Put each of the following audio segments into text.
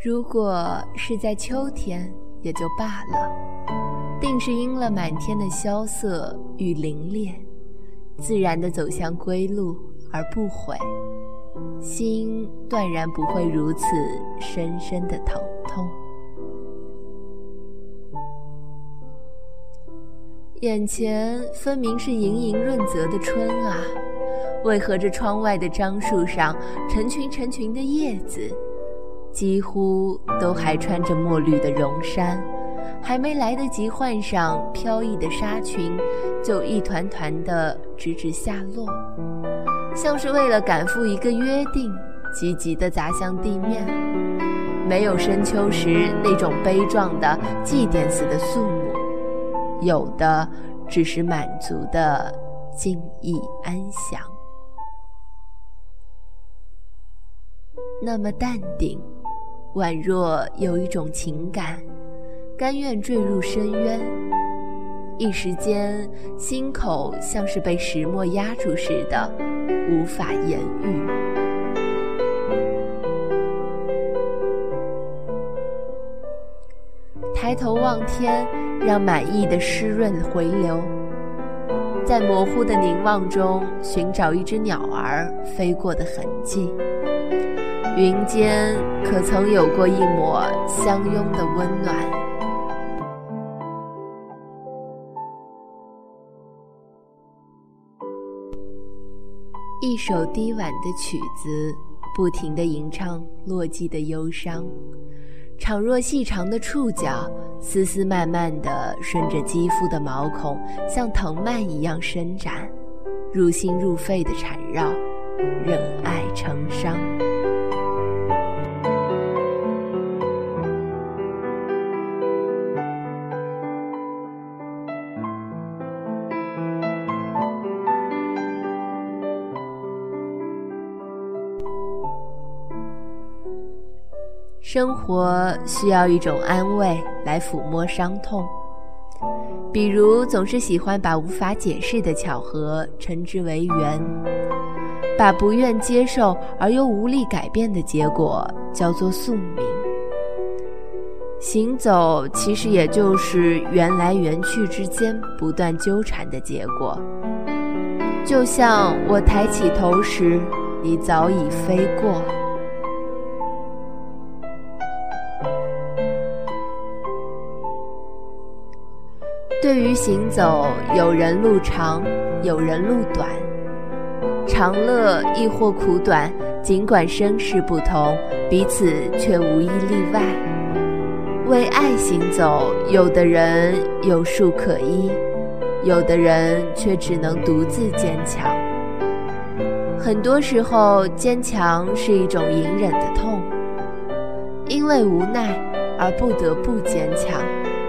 如果是在秋天也就罢了，定是因了满天的萧瑟与凌冽，自然地走向归路而不悔，心断然不会如此深深的疼痛。眼前分明是盈盈润泽的春啊，为何这窗外的樟树上成群成群的叶子，几乎都还穿着墨绿的绒衫，还没来得及换上飘逸的纱裙，就一团团的直直下落，像是为了赶赴一个约定，急急地砸向地面，没有深秋时那种悲壮的祭奠似的肃穆，有的只是满足的静逸安详。那么淡定，宛若有一种情感，甘愿坠入深渊，一时间心口像是被石磨压住似的，无法言喻。抬头望天，让满意的湿润回流，在模糊的凝望中寻找一只鸟儿飞过的痕迹，云间可曾有过一抹相拥的温暖。一首低婉的曲子，不停地吟唱落寂的忧伤，倘若细长的触角丝丝漫漫地顺着肌肤的毛孔，像藤蔓一样伸展，入心入肺地缠绕，忍爱成伤。生活需要一种安慰来抚摸伤痛，比如总是喜欢把无法解释的巧合称之为缘，把不愿接受而又无力改变的结果叫做宿命。行走其实也就是缘来缘去之间不断纠缠的结果，就像我抬起头时，你早已飞过。对于行走，有人路长，有人路短，长乐亦或苦短，尽管身世不同，彼此却无一例外。为爱行走，有的人有树可依，有的人却只能独自坚强。很多时候，坚强是一种隐忍的痛，因为无奈而不得不坚强。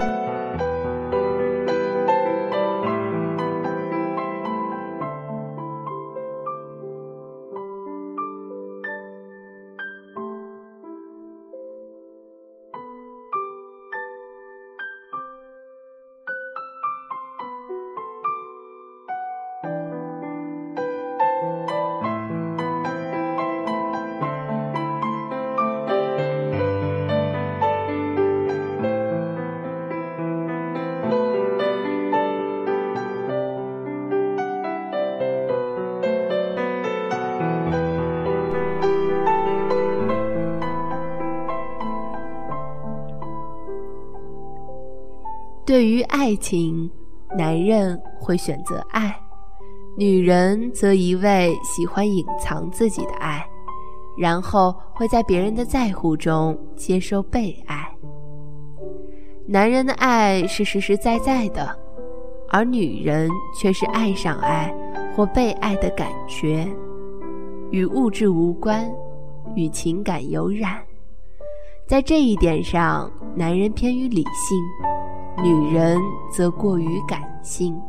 对于爱情，男人会选择爱，女人则一味喜欢隐藏自己的爱，然后会在别人的在乎中接受被爱。男人的爱是实实在在的，而女人却是爱上爱或被爱的感觉，与物质无关，与情感有染。在这一点上，男人偏于理性，女人则过于感性。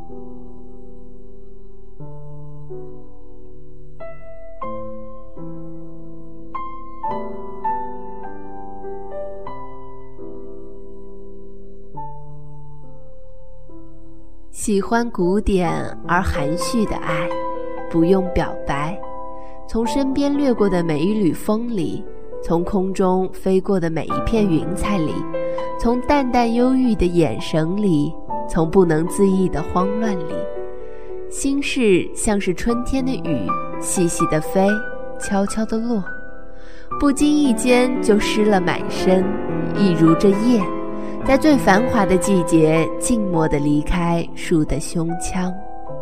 喜欢古典而含蓄的爱，不用表白，从身边掠过的每一缕风里， 从空中飞过的每一片云彩里，从淡淡忧郁的眼神里，从不能自抑的慌乱里，心事像是春天的雨，细细的飞，悄悄的落，不经意间就湿了满身，一如这叶，在最繁华的季节静默地离开树的胸腔。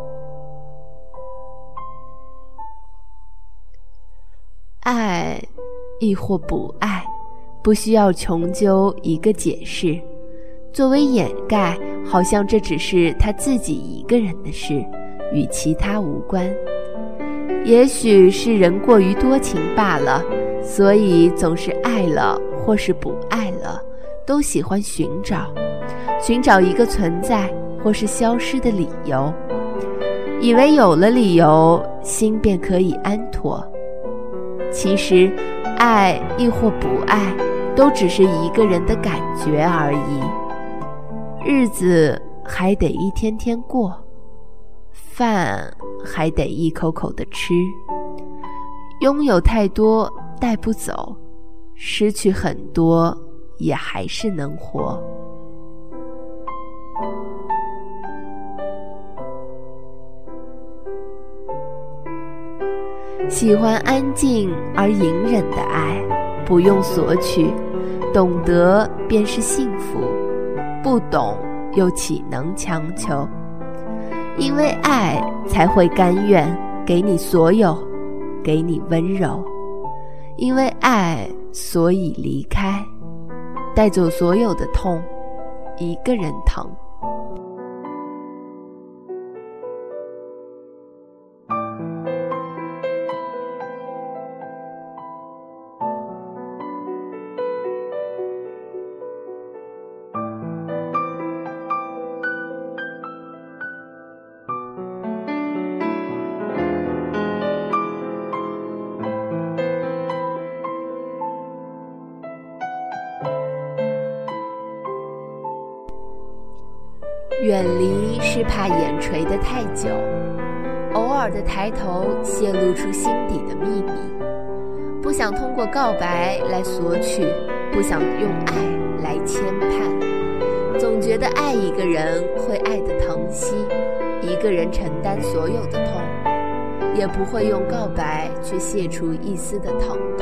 爱亦或不爱，不需要穷究一个解释，作为掩盖，好像这只是他自己一个人的事，与其他无关。也许是人过于多情罢了，所以总是爱了或是不爱了，都喜欢寻找一个存在或是消失的理由，以为有了理由，心便可以安妥。其实爱亦或不爱，都只是一个人的感觉而已。日子还得一天天过，饭还得一口口的吃，拥有太多带不走，失去很多也还是能活。喜欢安静而隐忍的爱，不用索取，懂得便是幸福，不懂又岂能强求？因为爱才会甘愿给你所有，给你温柔；因为爱，所以离开，带走所有的痛，一个人疼。远离是怕眼垂得太久，偶尔的抬头泄露出心底的秘密，不想通过告白来索取，不想用爱来牵绊，总觉得爱一个人会爱得疼惜，一个人承担所有的痛，也不会用告白去卸除一丝的疼痛。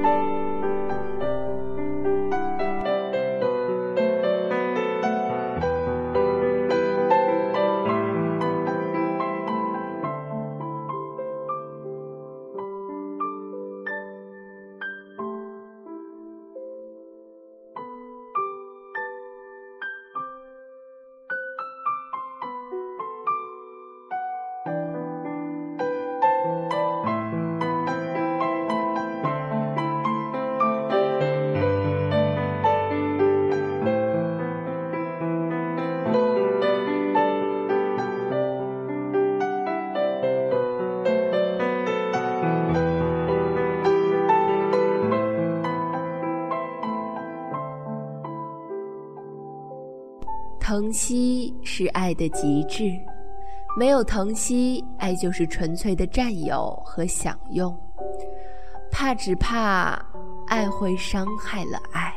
疼惜是爱的极致，没有疼惜，爱就是纯粹的占有和享用。怕只怕爱会伤害了爱。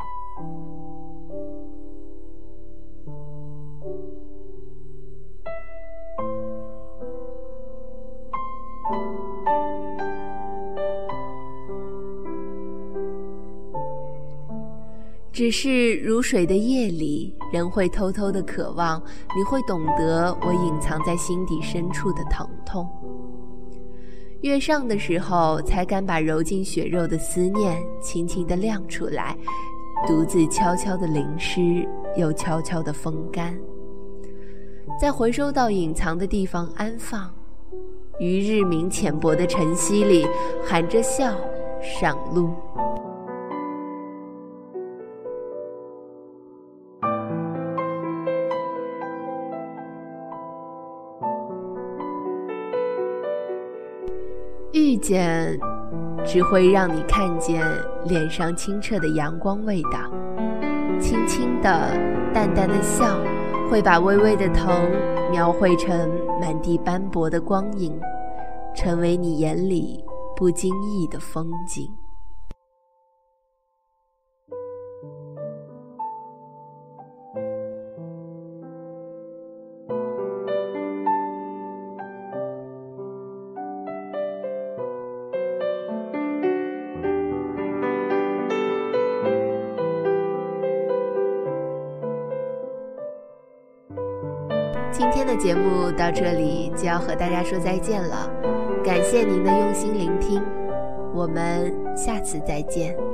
只是如水的夜里，人会偷偷的渴望，你会懂得我隐藏在心底深处的疼痛。月上的时候，才敢把揉进血肉的思念轻轻地亮出来，独自悄悄地淋湿，又悄悄地风干，再回收到隐藏的地方安放，于日明浅薄的晨曦里，含着笑上路。遇见只会让你看见脸上清澈的阳光味道，轻轻的淡淡的笑会把微微的疼描绘成满地斑驳的光影，成为你眼里不经意的风景。 今天的节目到这里就要和大家说再见了，感谢您的用心聆听，我们下次再见。